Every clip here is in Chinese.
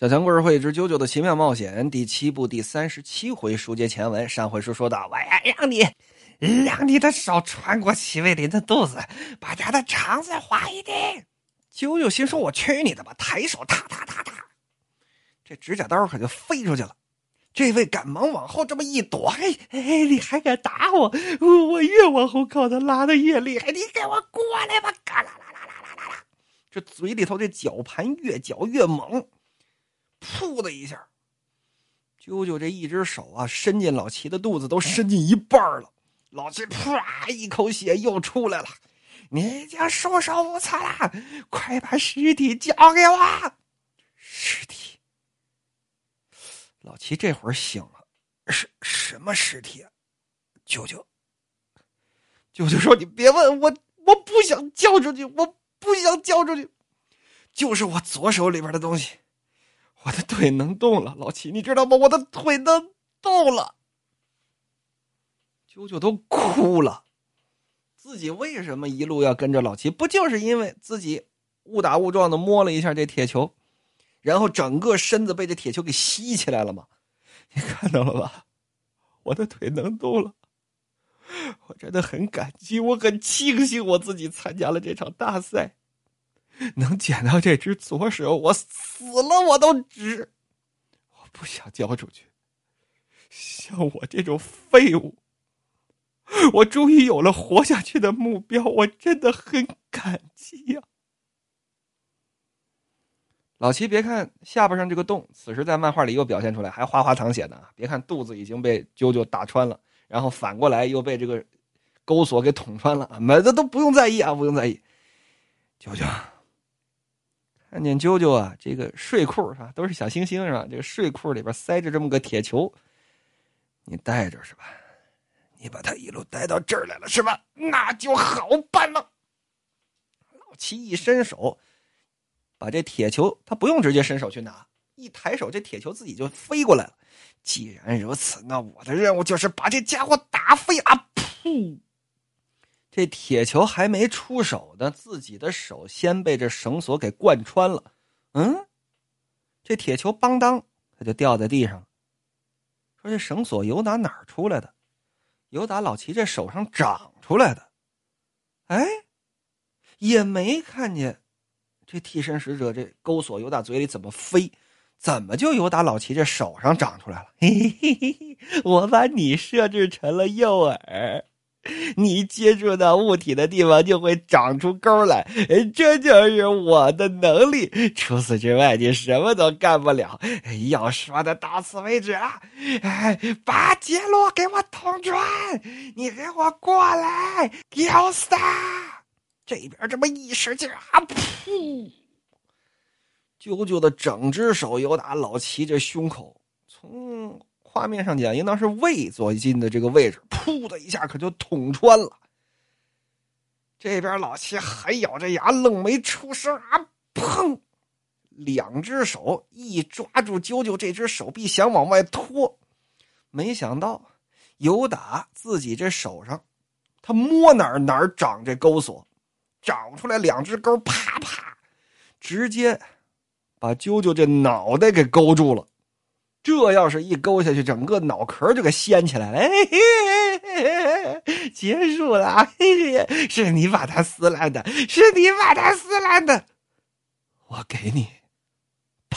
小强故事会之啾啾的奇妙冒险第7部第37回书接前文。上回书说到，我要让你的手穿过齐卫林的肚子，把他的肠子划一地。啾啾心说，我去你的吧，抬手踏踏踏踏，这指甲刀可就飞出去了。这位赶忙往后这么一躲，你还敢打我？我越往后靠，他拉得越厉害，你给我过来吧！嘎啦啦啦啦啦啦，这嘴里头这绞盘越绞越猛，噗的一下，啾啾这一只手啊伸进老齐的肚子，都伸进一半了。老齐啪一口血又出来了，你已经束手无策了，快把尸体交给我！尸体，老齐这会儿醒了，什么尸体啊？啾啾说，你别问我不想交出去，我不想交出去，就是我左手里边的东西。我的腿能动了，老齐你知道吗？我的腿能动了。啾啾都哭了，自己为什么一路要跟着老齐？不就是因为自己误打误撞的摸了一下这铁球，然后整个身子被这铁球给吸起来了吗？你看到了吧？我的腿能动了，我真的很感激，我很庆幸我自己参加了这场大赛，能捡到这只左手，我死了我都值。我不想交出去，像我这种废物，我终于有了活下去的目标，我真的很感激呀。老齐别看下巴上这个洞，此时在漫画里又表现出来，还哗哗淌血呢。别看肚子已经被啾啾打穿了，然后反过来又被这个钩索给捅穿了，这都不用在意啊，不用在意。啾啾看见啾啾啊，这个睡裤是吧，都是小星星是吧？这个睡裤里边塞着这么个铁球，你带着是吧？你把它一路带到这儿来了是吧？那就好办了。老齐一伸手，把这铁球，他不用直接伸手去拿，一抬手，这铁球自己就飞过来了。既然如此，那我的任务就是把这家伙打飞啊！噗！这铁球还没出手呢，自己的手先被这绳索给贯穿了。这铁球邦当，它就掉在地上。说这绳索由打哪儿出来的？由打老齐这手上长出来的。也没看见这替身使者这钩索由打嘴里怎么飞，怎么就由打老齐这手上长出来了？嘿嘿嘿嘿，我把你设置成了诱饵，你接触到物体的地方就会长出钩来，这就是我的能力。除此之外，你什么都干不了。要说的到此为止了。把杰洛给我捅穿，你给我过来，咬死他！这边这么一使劲啊，噗！啾啾的整只手由打老齐这胸口，从画面上讲应当是胃左近的这个位置，噗的一下可就捅穿了。这边老齐还咬着牙愣没出声啊，砰！两只手一抓住啾啾这只手臂想往外拖，没想到由打自己这手上，他摸哪儿长这钩索，长出来两只钩，啪啪，直接把啾啾这脑袋给勾住了。这要是一勾下去，整个脑壳就给掀起来了。结束了，是你把它撕烂的，是你把它撕烂的，我给你，啪！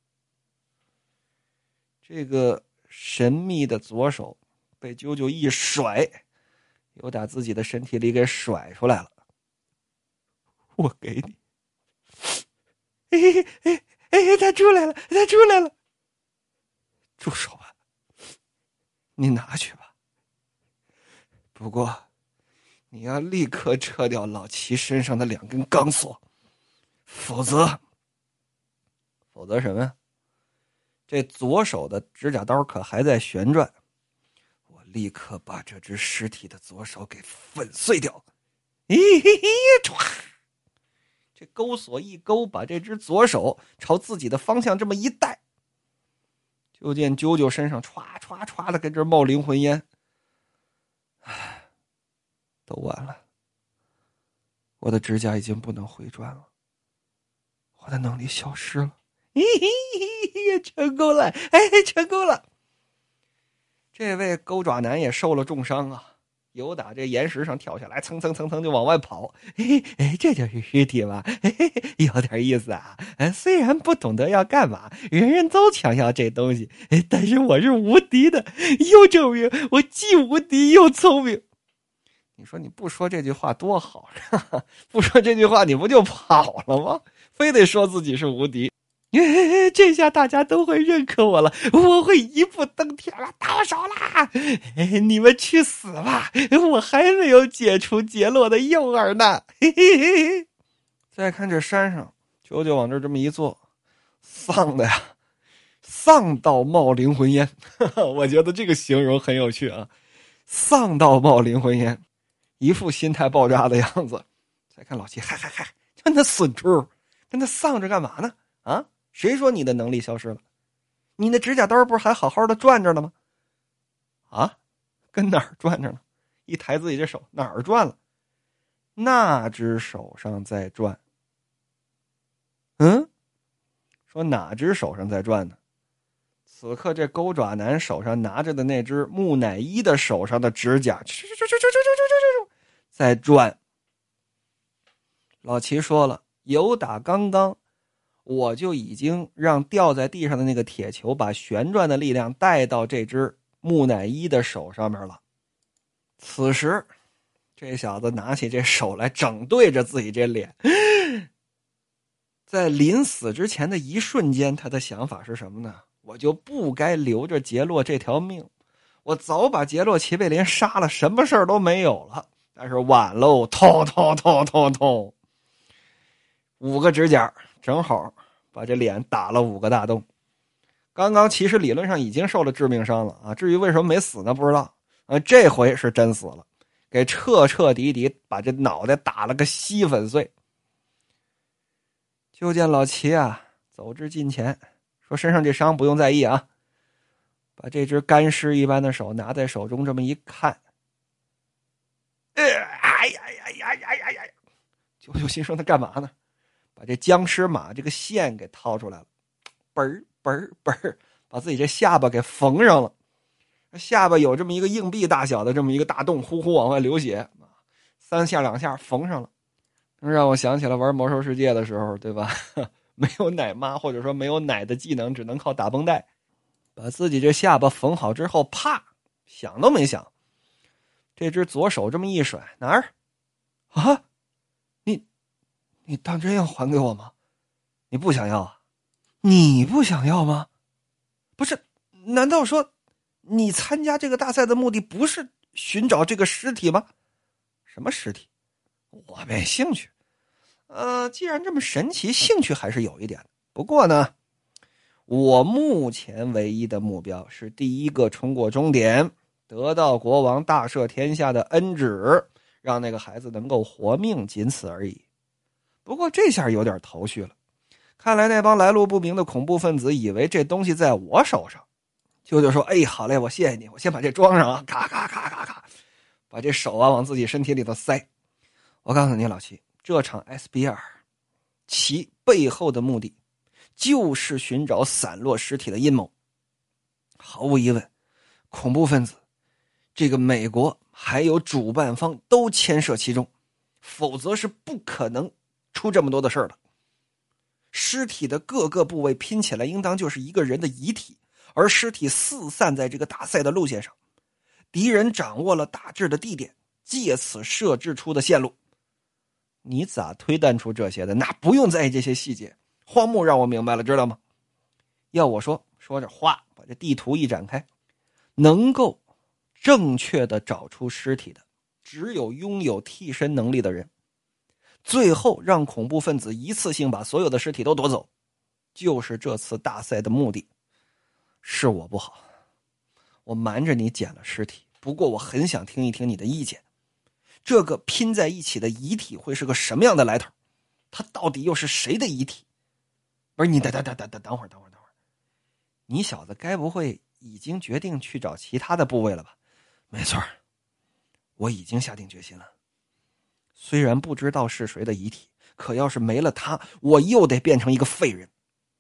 这个神秘的左手被啾啾一甩，又打自己的身体里给甩出来了。我给你，他出来了，他出来了！住手吧，你拿去吧。不过，你要立刻撤掉老齐身上的2根钢索，否则什么呀？这左手的指甲刀可还在旋转，我立刻把这只尸体的左手给粉碎掉。这钩索一勾，把这只左手朝自己的方向这么一带，就见啾啾身上歘歘歘的跟这冒灵魂烟。都完了，我的指甲已经不能回转了，我的能力消失了。 成功了，哎，成功了。这位钩爪男也受了重伤啊，由打这岩石上跳下来，蹭蹭蹭蹭就往外跑。这就是尸体吧？有点意思啊。虽然不懂得要干嘛，人人都想要这东西，但是我是无敌的，又证明我既无敌又聪明。你说你不说这句话多好，不说这句话你不就跑了吗？非得说自己是无敌。这下大家都会认可我了，我会一步登天了，到手啦！你们去死吧，我还没有解除杰洛的诱饵呢。再看这山上，九九往这么一坐，丧的呀，丧到冒灵魂烟。我觉得这个形容很有趣啊，丧到冒灵魂烟，一副心态爆炸的样子。再看老七，嗨，就那损猪，跟他丧着干嘛呢？啊？谁说你的能力消失了？你那指甲刀不是还好好的转着呢吗？啊，跟哪儿转着呢？一抬自己这手，哪儿转了？那只手上在转。说哪只手上在转呢？此刻这钩爪男手上拿着的那只木乃伊的手上的指甲在转。老齐说了，由打刚刚我就已经让掉在地上的那个铁球把旋转的力量带到这只木乃伊的手上面了。此时这小子拿起这手来整对着自己这脸，在临死之前的一瞬间，他的想法是什么呢？我就不该留着杰洛这条命，我早把杰洛齐贝林杀了，什么事儿都没有了。但是晚喽，痛，5个指甲正好把这脸打了5个大洞。刚刚其实理论上已经受了致命伤了啊，至于为什么没死呢？不知道啊。这回是真死了，给彻彻底底把这脑袋打了个稀粉碎。就见老齐啊走至近前，说身上这伤不用在意啊，把这只干尸一般的手拿在手中这么一看，哎呀，九九心说他干嘛呢？把这僵尸马这个线给掏出来了，嘣儿，把自己这下巴给缝上了。下巴有这么一个硬币大小的这么一个大洞，呼呼往外流血，3下2下缝上了。让我想起了玩魔兽世界的时候，对吧？没有奶妈或者说没有奶的技能，只能靠打绷带。把自己这下巴缝好之后，啪，想都没想，这只左手这么一甩，哪儿？啊，你当真要还给我吗？你不想要啊？你不想要吗？不是，难道说你参加这个大赛的目的不是寻找这个尸体吗？什么尸体？我没兴趣。既然这么神奇，兴趣还是有一点的。不过呢，我目前唯一的目标是第一个冲过终点，得到国王大赦天下的恩旨，让那个孩子能够活命，仅此而已。不过这下有点头绪了，看来那帮来路不明的恐怖分子以为这东西在我手上。舅舅说：“哎，好嘞，我谢谢你，我先把这装上啊！”咔，把这手啊往自己身体里头塞。我告诉你，老七，这场 SBR 其背后的目的就是寻找散落尸体的阴谋。毫无疑问，恐怖分子、这个美国还有主办方都牵涉其中，否则是不可能出这么多的事儿的。尸体的各个部位拼起来应当就是一个人的遗体，而尸体四散在这个大赛的路线上，敌人掌握了大致的地点，借此设置出的线路。你咋推断出这些的？那不用在意这些细节。荒木让我明白了，知道吗？要我说着哗，把这地图一展开，能够正确的找出尸体的，只有拥有替身能力的人。最后让恐怖分子一次性把所有的尸体都夺走，就是这次大赛的目的。是我不好，我瞒着你捡了尸体，不过我很想听一听你的意见。这个拼在一起的遗体会是个什么样的来头？它到底又是谁的遗体？不是你等会儿，你小子该不会已经决定去找其他的部位了吧？没错，我已经下定决心了。虽然不知道是谁的遗体，可要是没了他，我又得变成一个废人。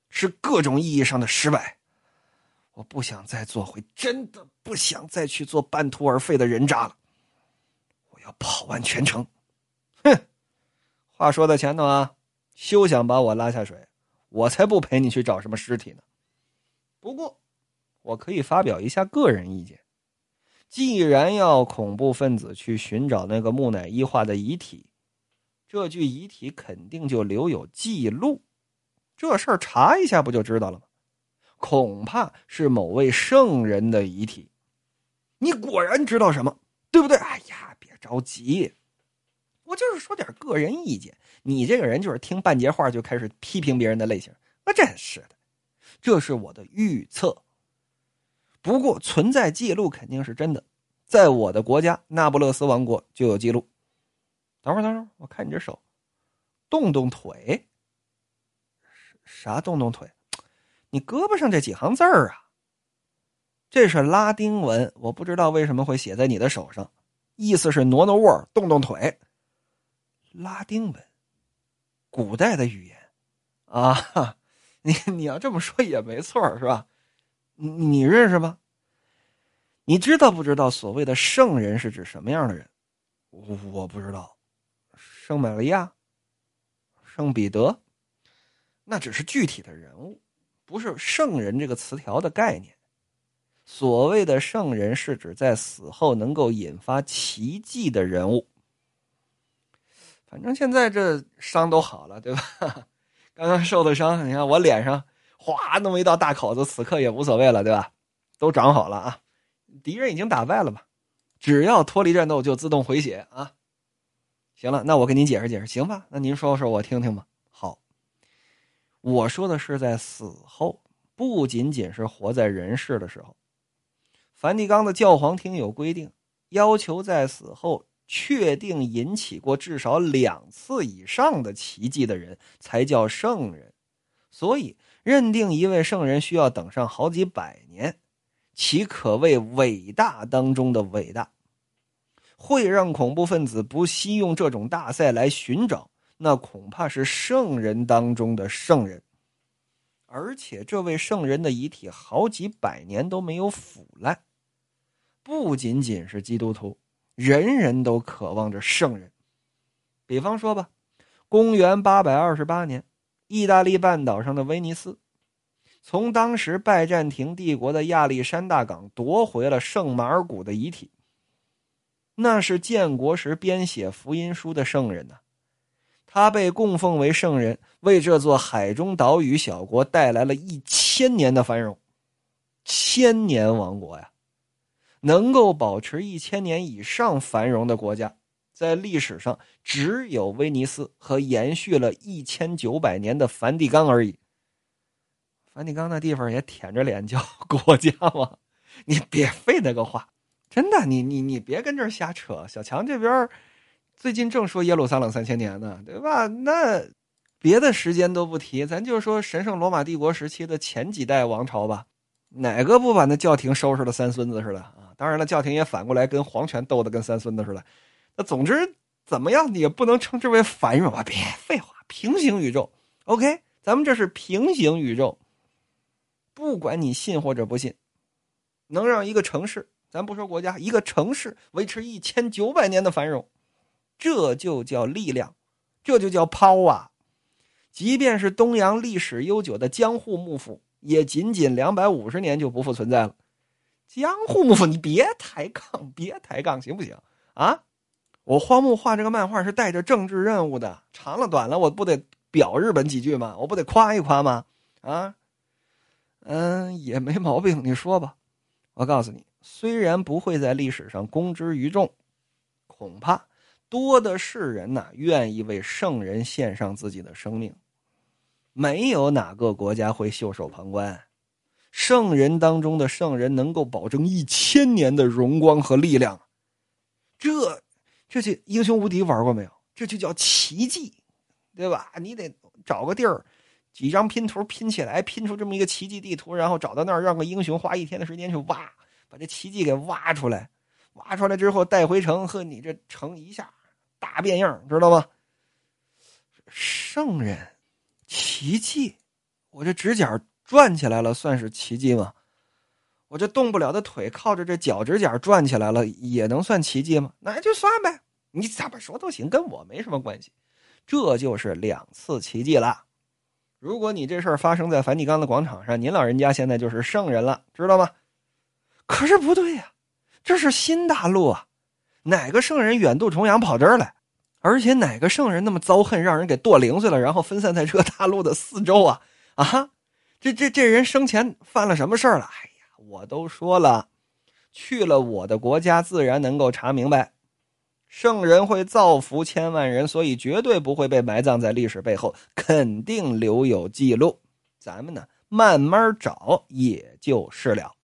是各种意义上的失败。我不想再做回，真的不想再去做半途而废的人渣了。我要跑完全程。哼，话说在前头啊，休想把我拉下水，我才不陪你去找什么尸体呢。不过我可以发表一下个人意见，既然要恐怖分子去寻找那个木乃伊化的遗体，这具遗体肯定就留有记录，这事儿查一下不就知道了吗？恐怕是某位圣人的遗体。你果然知道什么，对不对？哎呀，别着急，我就是说点个人意见。你这个人就是听半截话就开始批评别人的类型，那真是的。这是我的预测。不过存在记录肯定是真的，在我的国家那不勒斯王国就有记录。等会儿，我看你这手，动动腿。啥动动腿？你胳膊上这几行字儿啊，这是拉丁文，我不知道为什么会写在你的手上，意思是挪挪窝，动动腿。拉丁文，古代的语言啊，你要这么说也没错，是吧？你认识吗？你知道不知道所谓的圣人是指什么样的人？我不知道。圣玛利亚、圣彼得，那只是具体的人物，不是圣人这个词条的概念。所谓的圣人是指在死后能够引发奇迹的人物。反正现在这伤都好了，对吧？刚刚受的伤，你看我脸上哗那么一道大口子，此刻也无所谓了，对吧？都长好了啊，敌人已经打败了吧？只要脱离战斗就自动回血啊。行了，那我给您解释解释，行吧？那您说说我听听吧。好，我说的是在死后，不仅仅是活在人世的时候。梵蒂冈的教皇厅有规定，要求在死后确定引起过至少2次以上的奇迹的人才叫圣人，所以认定一位圣人需要等上好几百年，其可谓伟大当中的伟大。会让恐怖分子不惜用这种大赛来寻找，那恐怕是圣人当中的圣人。而且这位圣人的遗体好几百年都没有腐烂。不仅仅是基督徒，人人都渴望着圣人。比方说吧，公元828年，意大利半岛上的威尼斯从当时拜占庭帝国的亚历山大港夺回了圣马尔谷的遗体。那是建国时编写福音书的圣人呢，他被供奉为圣人，为这座海中岛屿小国带来了1000年的繁荣。千年王国呀，能够保持1000年以上繁荣的国家，在历史上只有威尼斯和延续了1900年的梵蒂冈而已。梵蒂冈那地方也舔着脸叫国家吗？你别废那个话。真的，你别跟这儿瞎扯。小强这边最近正说耶路撒冷3000年呢，对吧？那别的时间都不提，咱就说神圣罗马帝国时期的前几代王朝吧，哪个不把那教廷收拾的三孙子似的啊？当然了，教廷也反过来跟皇权斗得跟三孙子似的。那总之怎么样，你也不能称之为繁荣啊！别废话，平行宇宙 ，OK， 咱们这是平行宇宙。不管你信或者不信，能让一个城市，咱不说国家，一个城市维持1900年的繁荣，这就叫力量，这就叫 power。即便是东洋历史悠久的江户幕府，也仅仅250年就不复存在了。江户幕府，你别抬杠，别抬杠，行不行啊？我荒木画这个漫画是带着政治任务的，长了短了我不得表日本几句吗？我不得夸一夸吗？啊，也没毛病，你说吧。我告诉你，虽然不会在历史上公之于众，恐怕多的是人呐，愿意为圣人献上自己的生命。没有哪个国家会袖手旁观。圣人当中的圣人能够保证1000年的荣光和力量，这就英雄无敌玩过没有？这就叫奇迹，对吧？你得找个地儿，几张拼图拼起来，拼出这么一个奇迹地图，然后找到那儿，让个英雄花1天的时间去挖，把这奇迹给挖出来。挖出来之后带回城，和你这城一下大变样，知道吗？圣人奇迹， 我这指甲转起来了，算是奇迹吗？我这动不了的腿靠着这脚指甲转起来了，也能算奇迹吗？那就算呗，你怎么说都行，跟我没什么关系。这就是2次奇迹了。如果你这事儿发生在梵蒂冈的广场上，您老人家现在就是圣人了，知道吗？可是不对呀，这是新大陆啊，哪个圣人远渡重洋跑这儿来？而且哪个圣人那么遭恨，让人给剁零碎了，然后分散在这个大陆的4周啊？啊，这人生前犯了什么事儿了？哎呀，我都说了，去了我的国家，自然能够查明白。圣人会造福千万人，所以绝对不会被埋葬在历史背后，肯定留有记录。咱们呢，慢慢找也就是了。